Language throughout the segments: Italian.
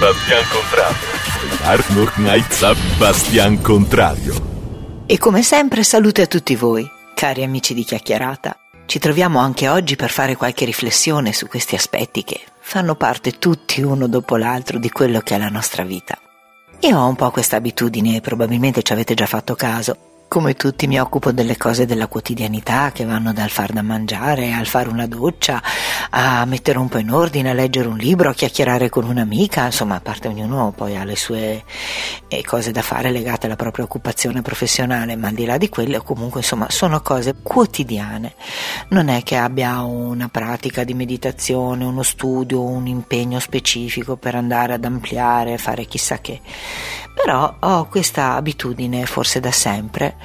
Bastian Contrario. Arnold Knight Bastian Contrario. E come sempre salute a tutti voi, cari amici di Chiacchierata. Ci troviamo anche oggi per fare qualche riflessione su questi aspetti che fanno parte tutti uno dopo l'altro di quello che è la nostra vita. Io ho un po' questa abitudine, probabilmente ci avete già fatto caso. Come tutti mi occupo delle cose della quotidianità che vanno dal far da mangiare, al fare una doccia, a mettere un po' in ordine, a leggere un libro, a chiacchierare con un'amica, insomma a parte ognuno poi ha le sue cose da fare legate alla propria occupazione professionale, ma al di là di quelle comunque insomma sono cose quotidiane. Non è che abbia una pratica di meditazione, uno studio, un impegno specifico per andare ad ampliare, fare chissà che. Però ho questa abitudine, forse da sempre,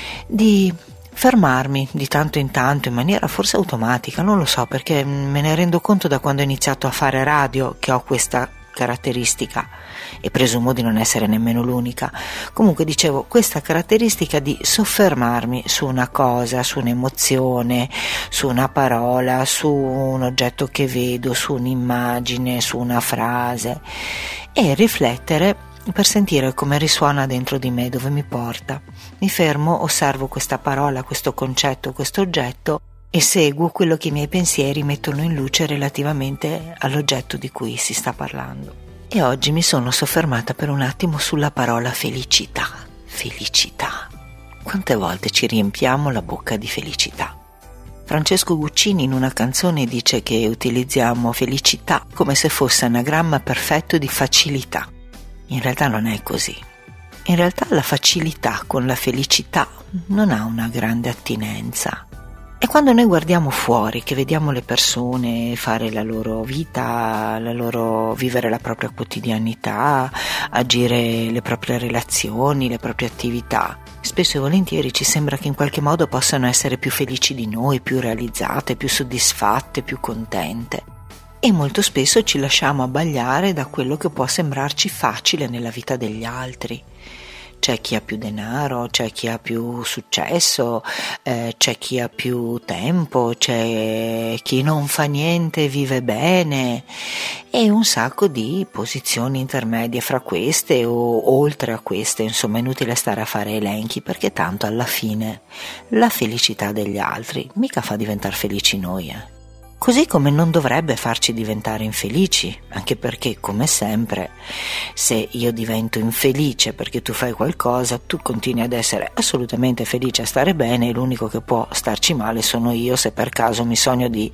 di fermarmi di tanto in tanto in maniera forse automatica, non lo so, perché me ne rendo conto da quando ho iniziato a fare radio che ho questa caratteristica e presumo di non essere nemmeno l'unica. Comunque dicevo, questa caratteristica di soffermarmi su una cosa, su un'emozione, su una parola, su un oggetto che vedo, su un'immagine, su una frase e riflettere per sentire come risuona dentro di me, dove mi porta. Mi fermo, osservo questa parola, questo concetto, questo oggetto e seguo quello che i miei pensieri mettono in luce relativamente all'oggetto di cui si sta parlando. E oggi mi sono soffermata per un attimo sulla parola felicità. Felicità. Quante volte ci riempiamo la bocca di felicità? Francesco Guccini in una canzone dice che utilizziamo felicità come se fosse anagramma perfetto di facilità. In realtà non è così. In realtà la facilità con la felicità non ha una grande attinenza. E quando noi guardiamo fuori, che vediamo le persone fare la loro vita, vivere la propria quotidianità, agire le proprie relazioni, le proprie attività, spesso e volentieri ci sembra che in qualche modo possano essere più felici di noi, più realizzate, più soddisfatte, più contente. E molto spesso ci lasciamo abbagliare da quello che può sembrarci facile nella vita degli altri. C'è chi ha più denaro, c'è chi ha più successo, c'è chi ha più tempo, c'è chi non fa niente e vive bene e un sacco di posizioni intermedie fra queste o oltre a queste, insomma è inutile stare a fare elenchi perché tanto alla fine la felicità degli altri mica fa diventare felici noi. Così come non dovrebbe farci diventare infelici, anche perché, come sempre, se io divento infelice perché tu fai qualcosa, tu continui ad essere assolutamente felice a stare bene e l'unico che può starci male sono io se per caso mi sogno di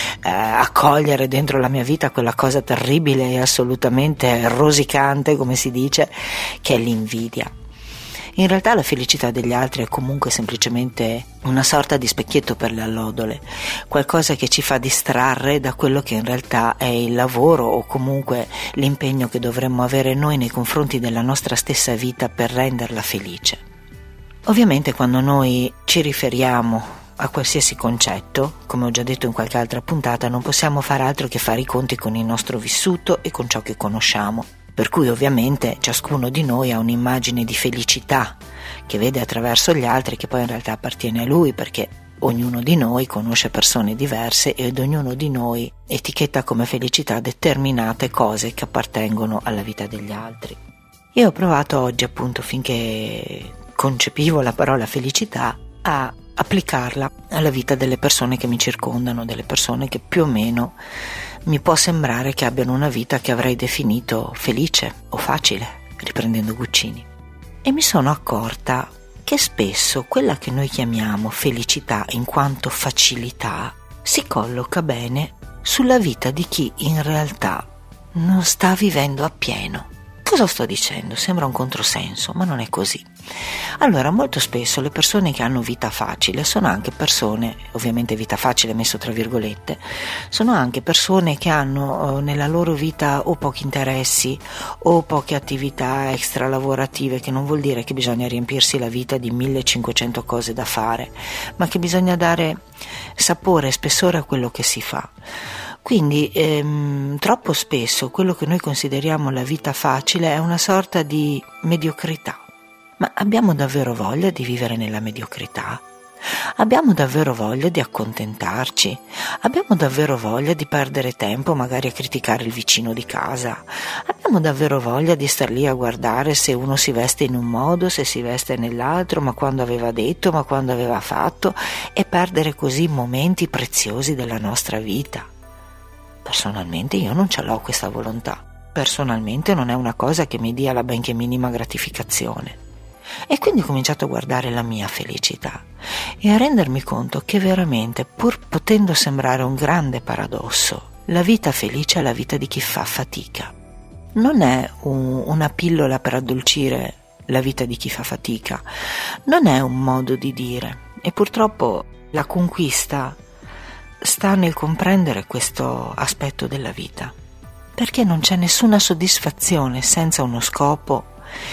accogliere dentro la mia vita quella cosa terribile e assolutamente rosicante, come si dice, che è l'invidia. In realtà la felicità degli altri è comunque semplicemente una sorta di specchietto per le allodole, qualcosa che ci fa distrarre da quello che in realtà è il lavoro o comunque l'impegno che dovremmo avere noi nei confronti della nostra stessa vita per renderla felice. Ovviamente quando noi ci riferiamo a qualsiasi concetto, come ho già detto in qualche altra puntata, non possiamo fare altro che fare i conti con il nostro vissuto e con ciò che conosciamo. Per cui ovviamente ciascuno di noi ha un'immagine di felicità che vede attraverso gli altri che poi in realtà appartiene a lui perché ognuno di noi conosce persone diverse ed ognuno di noi etichetta come felicità determinate cose che appartengono alla vita degli altri. Io ho provato oggi appunto finché concepivo la parola felicità a applicarla alla vita delle persone che mi circondano, delle persone che più o meno mi può sembrare che abbiano una vita che avrei definito felice o facile, riprendendo Guccini. E mi sono accorta che spesso quella che noi chiamiamo felicità in quanto facilità si colloca bene sulla vita di chi in realtà non sta vivendo appieno. Cosa sto dicendo? Sembra un controsenso, ma non è così. Allora, molto spesso le persone che hanno vita facile sono anche persone, ovviamente vita facile messo tra virgolette, sono anche persone che hanno nella loro vita o pochi interessi o poche attività extra lavorative, che non vuol dire che bisogna riempirsi la vita di 1500 cose da fare, ma che bisogna dare sapore e spessore a quello che si fa. Quindi troppo spesso quello che noi consideriamo la vita facile è una sorta di mediocrità. Ma abbiamo davvero voglia di vivere nella mediocrità? Abbiamo davvero voglia di accontentarci? Abbiamo davvero voglia di perdere tempo magari a criticare il vicino di casa? Abbiamo abbiamo davvero voglia di star lì a guardare se uno si veste in un modo, se si veste nell'altro, ma quando aveva detto, ma quando aveva fatto, e perdere così momenti preziosi della nostra vita? Personalmente io non ce l'ho questa volontà. Personalmente non è una cosa che mi dia la benché minima gratificazione. E quindi ho cominciato a guardare la mia felicità e a rendermi conto che veramente, pur potendo sembrare un grande paradosso, la vita felice è la vita di chi fa fatica. Non è una pillola per addolcire la vita di chi fa fatica, non è un modo di dire, e purtroppo la conquista sta nel comprendere questo aspetto della vita, perché non c'è nessuna soddisfazione senza uno scopo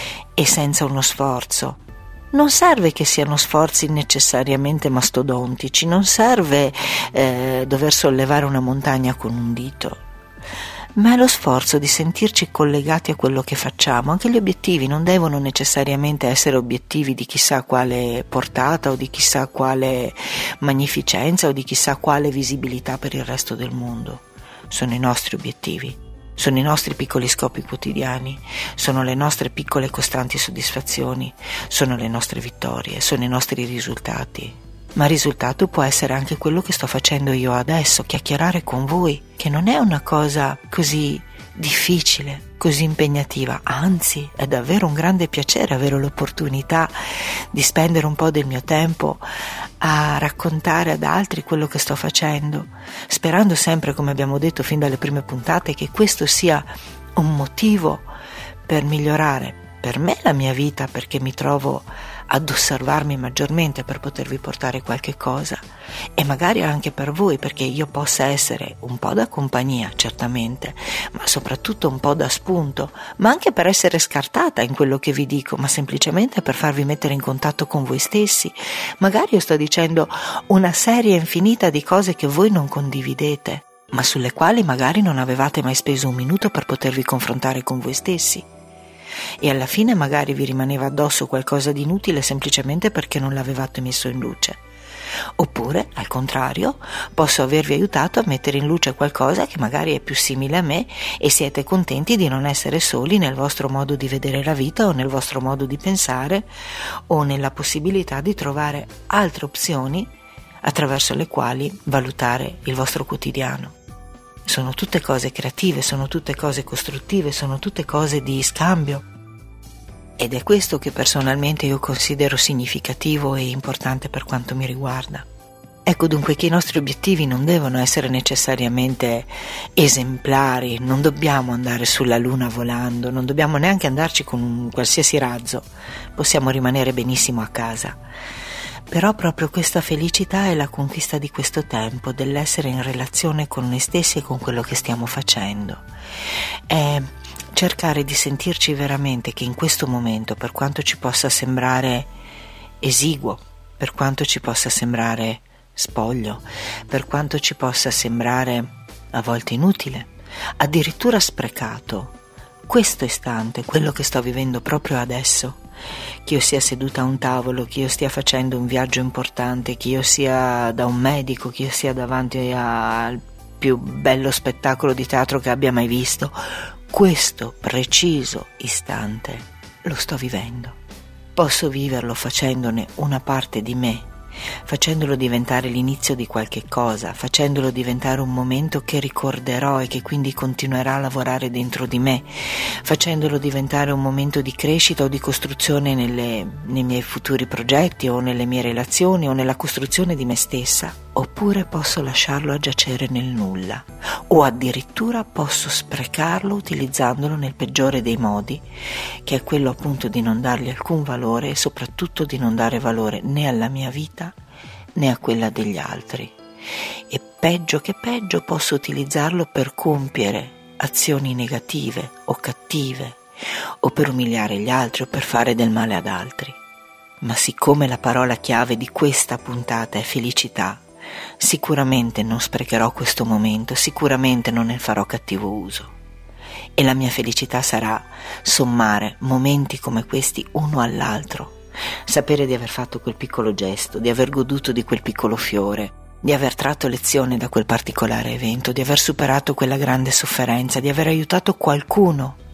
e senza uno sforzo. Non serve che siano sforzi necessariamente mastodontici, non serve dover sollevare una montagna con un dito, ma è lo sforzo di sentirci collegati a quello che facciamo. Anche gli obiettivi non devono necessariamente essere obiettivi di chissà quale portata o di chissà quale magnificenza o di chissà quale visibilità per il resto del mondo. Sono i nostri obiettivi. Sono i nostri piccoli scopi quotidiani, sono le nostre piccole e costanti soddisfazioni, sono le nostre vittorie, sono i nostri risultati. Ma il risultato può essere anche quello che sto facendo io adesso, chiacchierare con voi, che non è una cosa così difficile, così impegnativa, anzi è davvero un grande piacere avere l'opportunità di spendere un po' del mio tempo a raccontare ad altri quello che sto facendo, sperando sempre, come abbiamo detto fin dalle prime puntate, che questo sia un motivo per migliorare per me la mia vita, perché mi trovo ad osservarmi maggiormente per potervi portare qualche cosa, e magari anche per voi, perché io possa essere un po' da compagnia, certamente, ma soprattutto un po' da spunto, ma anche per essere scartata in quello che vi dico, ma semplicemente per farvi mettere in contatto con voi stessi. Magari io sto dicendo una serie infinita di cose che voi non condividete, ma sulle quali magari non avevate mai speso un minuto per potervi confrontare con voi stessi. E alla fine magari vi rimaneva addosso qualcosa di inutile semplicemente perché non l'avevate messo in luce. Oppure, al contrario, posso avervi aiutato a mettere in luce qualcosa che magari è più simile a me e siete contenti di non essere soli nel vostro modo di vedere la vita o nel vostro modo di pensare o nella possibilità di trovare altre opzioni attraverso le quali valutare il vostro quotidiano. Sono tutte cose creative, sono tutte cose costruttive, sono tutte cose di scambio. Ed è questo che personalmente io considero significativo e importante per quanto mi riguarda. Ecco dunque che i nostri obiettivi non devono essere necessariamente esemplari, non dobbiamo andare sulla luna volando, non dobbiamo neanche andarci con un qualsiasi razzo, possiamo rimanere benissimo a casa. Però proprio questa felicità è la conquista di questo tempo, dell'essere in relazione con noi stessi e con quello che stiamo facendo. È cercare di sentirci veramente che in questo momento, per quanto ci possa sembrare esiguo, per quanto ci possa sembrare spoglio, per quanto ci possa sembrare a volte inutile, addirittura sprecato, questo istante, quello che sto vivendo proprio adesso, che io sia seduta a un tavolo, che io stia facendo un viaggio importante, che io sia da un medico, che io sia davanti al più bello spettacolo di teatro che abbia mai visto, questo preciso istante lo sto vivendo. Posso viverlo facendone una parte di me, facendolo diventare l'inizio di qualche cosa, facendolo diventare un momento che ricorderò e che quindi continuerà a lavorare dentro di me, facendolo diventare un momento di crescita o di costruzione nei miei futuri progetti o nelle mie relazioni o nella costruzione di me stessa. Oppure posso lasciarlo a giacere nel nulla, o addirittura posso sprecarlo utilizzandolo nel peggiore dei modi, che è quello appunto di non dargli alcun valore e soprattutto di non dare valore né alla mia vita né a quella degli altri. E peggio che peggio posso utilizzarlo per compiere azioni negative o cattive, o per umiliare gli altri o per fare del male ad altri. Ma siccome la parola chiave di questa puntata è felicità, sicuramente non sprecherò questo momento, sicuramente non ne farò cattivo uso. E la mia felicità sarà sommare momenti come questi uno all'altro, sapere di aver fatto quel piccolo gesto, di aver goduto di quel piccolo fiore, di aver tratto lezione da quel particolare evento, di aver superato quella grande sofferenza, di aver aiutato qualcuno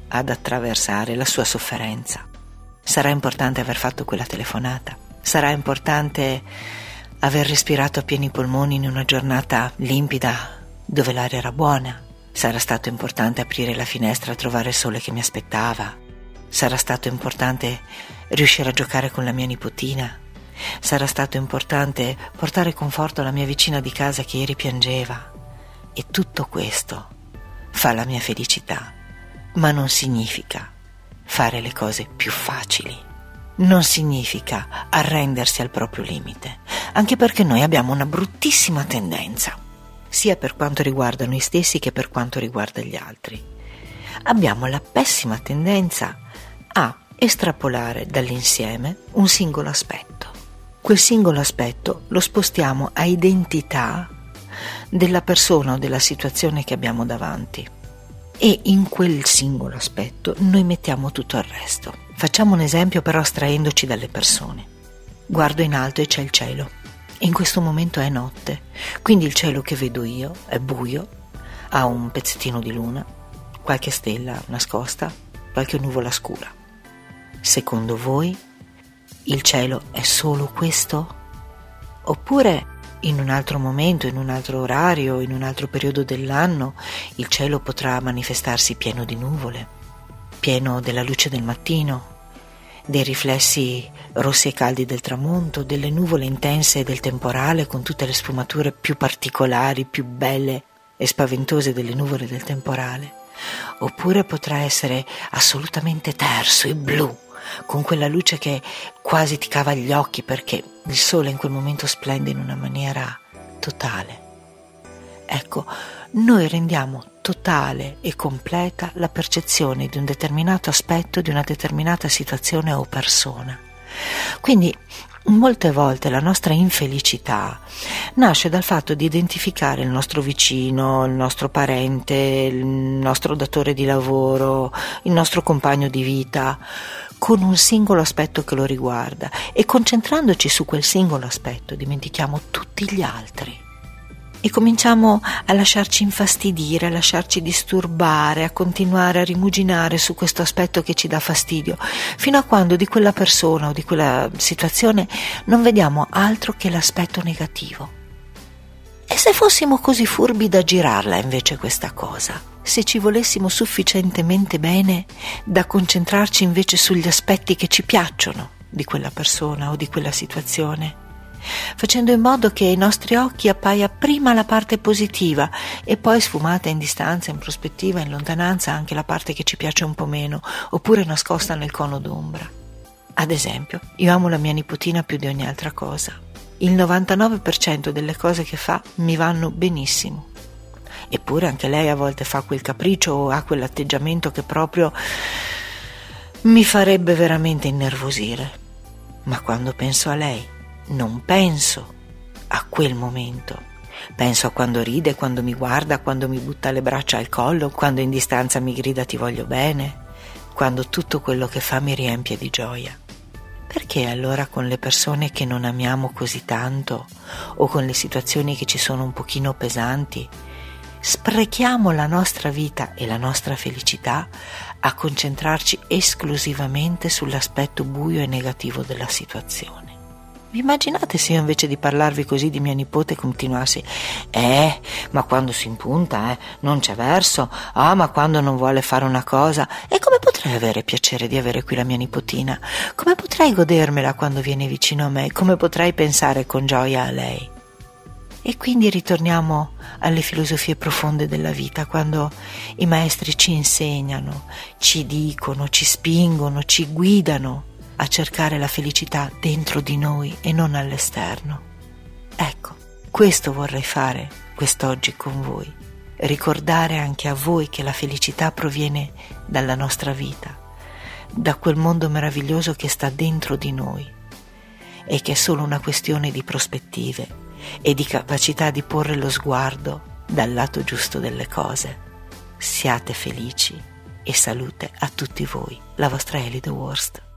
ad attraversare la sua sofferenza. Sarà importante aver fatto quella telefonata, sarà importante aver respirato a pieni polmoni in una giornata limpida dove l'aria era buona, sarà stato importante aprire la finestra e trovare il sole che mi aspettava, sarà stato importante riuscire a giocare con la mia nipotina, sarà stato importante portare conforto alla mia vicina di casa che ieri piangeva. E tutto questo fa la mia felicità, ma non significa fare le cose più facili, non significa arrendersi al proprio limite, anche perché noi abbiamo una bruttissima tendenza, sia per quanto riguarda noi stessi che per quanto riguarda gli altri. Abbiamo la pessima tendenza a estrapolare dall'insieme un singolo aspetto. Quel singolo aspetto lo spostiamo a identità della persona o della situazione che abbiamo davanti e in quel singolo aspetto noi mettiamo tutto il resto. Facciamo un esempio però astraendoci dalle persone. Guardo in alto e c'è il cielo. In questo momento è notte, quindi il cielo che vedo io è buio, ha un pezzettino di luna, qualche stella nascosta, qualche nuvola scura. Secondo voi il cielo è solo questo? Oppure in un altro momento, in un altro orario, in un altro periodo dell'anno, il cielo potrà manifestarsi pieno di nuvole, pieno della luce del mattino, dei riflessi rossi e caldi del tramonto, delle nuvole intense del temporale con tutte le sfumature più particolari, più belle e spaventose delle nuvole del temporale. Oppure potrà essere assolutamente terso e blu, con quella luce che quasi ti cava gli occhi perché il sole in quel momento splende in una maniera totale. Ecco, noi rendiamo totale e completa la percezione di un determinato aspetto, di una determinata situazione o persona. Quindi molte volte la nostra infelicità nasce dal fatto di identificare il nostro vicino, il nostro parente, il nostro datore di lavoro, il nostro compagno di vita con un singolo aspetto che lo riguarda, e concentrandoci su quel singolo aspetto dimentichiamo tutti gli altri e cominciamo a lasciarci infastidire, a lasciarci disturbare, a continuare a rimuginare su questo aspetto che ci dà fastidio, fino a quando di quella persona o di quella situazione non vediamo altro che l'aspetto negativo. E se fossimo così furbi da girarla invece questa cosa? Se ci volessimo sufficientemente bene da concentrarci invece sugli aspetti che ci piacciono di quella persona o di quella situazione, facendo in modo che ai nostri occhi appaia prima la parte positiva e poi, sfumata in distanza, in prospettiva, in lontananza, anche la parte che ci piace un po' meno, oppure nascosta nel cono d'ombra. Ad esempio, io amo la mia nipotina più di ogni altra cosa. Il 99% delle cose che fa mi vanno benissimo. Eppure anche lei a volte fa quel capriccio o ha quell'atteggiamento che proprio mi farebbe veramente innervosire. Ma quando penso a lei, non penso a quel momento. Penso a quando ride, quando mi guarda, quando mi butta le braccia al collo, quando in distanza mi grida ti voglio bene, quando tutto quello che fa mi riempie di gioia. Perché allora con le persone che non amiamo così tanto o con le situazioni che ci sono un pochino pesanti sprechiamo la nostra vita e la nostra felicità a concentrarci esclusivamente sull'aspetto buio e negativo della situazione? Vi immaginate se io invece di parlarvi così di mia nipote continuassi ma quando si impunta non c'è verso, ma quando non vuole fare una cosa, e come potrei avere piacere di avere qui la mia nipotina? Come potrei godermela quando viene vicino a me? Come potrei pensare con gioia a lei? E quindi ritorniamo alle filosofie profonde della vita, quando i maestri ci insegnano, ci dicono, ci spingono, ci guidano a cercare la felicità dentro di noi e non all'esterno. Ecco, questo vorrei fare quest'oggi con voi, ricordare anche a voi che la felicità proviene dalla nostra vita, da quel mondo meraviglioso che sta dentro di noi e che è solo una questione di prospettive e di capacità di porre lo sguardo dal lato giusto delle cose. Siate felici e salute a tutti voi, la vostra Ellie The Worst.